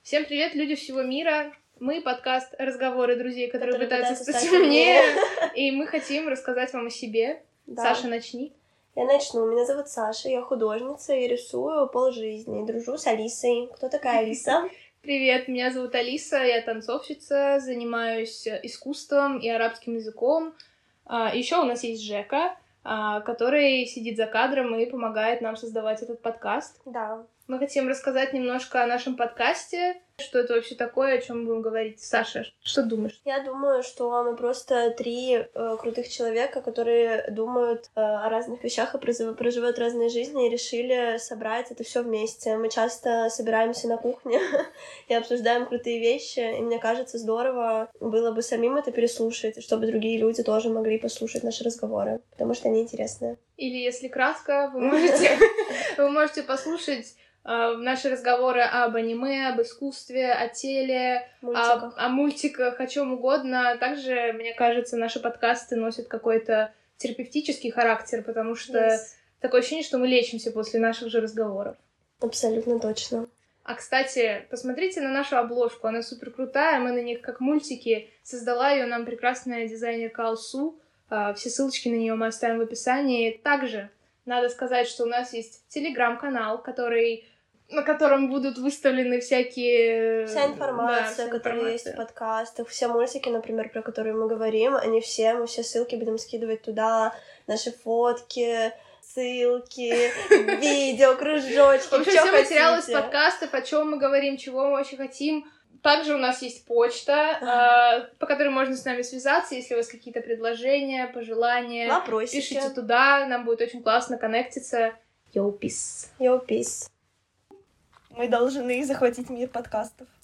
Всем привет, люди всего мира! Мы подкаст «Разговоры друзей, которые пытаются стать умнее», и мы хотим рассказать вам о себе. Да. Саша, начни. Я начну. Меня зовут Саша, я художница, я рисую полжизни, дружу с Алисой. Кто такая Алиса? Привет, меня зовут Алиса, я танцовщица, занимаюсь искусством и арабским языком. Еще у нас есть Жека, который сидит за кадром и помогает нам создавать этот подкаст. Да. Мы хотим рассказать немножко о нашем подкасте, что это вообще такое, о чем будем говорить. Саша, что думаешь? Я думаю, что мы просто три крутых человека, которые думают о разных вещах и проживают разные жизни, и решили собрать это все вместе. Мы часто собираемся на кухне и обсуждаем крутые вещи, и мне кажется, здорово было бы самим это переслушать, чтобы другие люди тоже могли послушать наши разговоры, потому что они интересные. Или, если кратко, вы можете послушать наши разговоры об аниме, об искусстве, о теле, о мультиках, о чем угодно. Также, мне кажется, наши подкасты носят какой-то терапевтический характер, потому что такое ощущение, что мы лечимся после наших же разговоров. Абсолютно точно. А, кстати, посмотрите на нашу обложку, она супер крутая, мы на них как мультики. Создала ее нам прекрасная дизайнерка Алсу. Все ссылочки на нее мы оставим в описании. Также надо сказать, что у нас есть телеграм-канал, на котором будут выставлены вся информация, которая есть в подкастах, все мультики, например, про которые мы говорим, мы все ссылки будем скидывать туда, наши фотки, ссылки, видео, кружочки. В общем, все материалы из подкастов, о чем мы говорим, чего мы очень хотим. Также у нас есть почта, по которой можно с нами связаться, если у вас какие-то предложения, пожелания. Вопросики. Пишите туда, нам будет очень классно коннектиться. Yo, peace. Yo, peace. Мы должны захватить мир подкастов.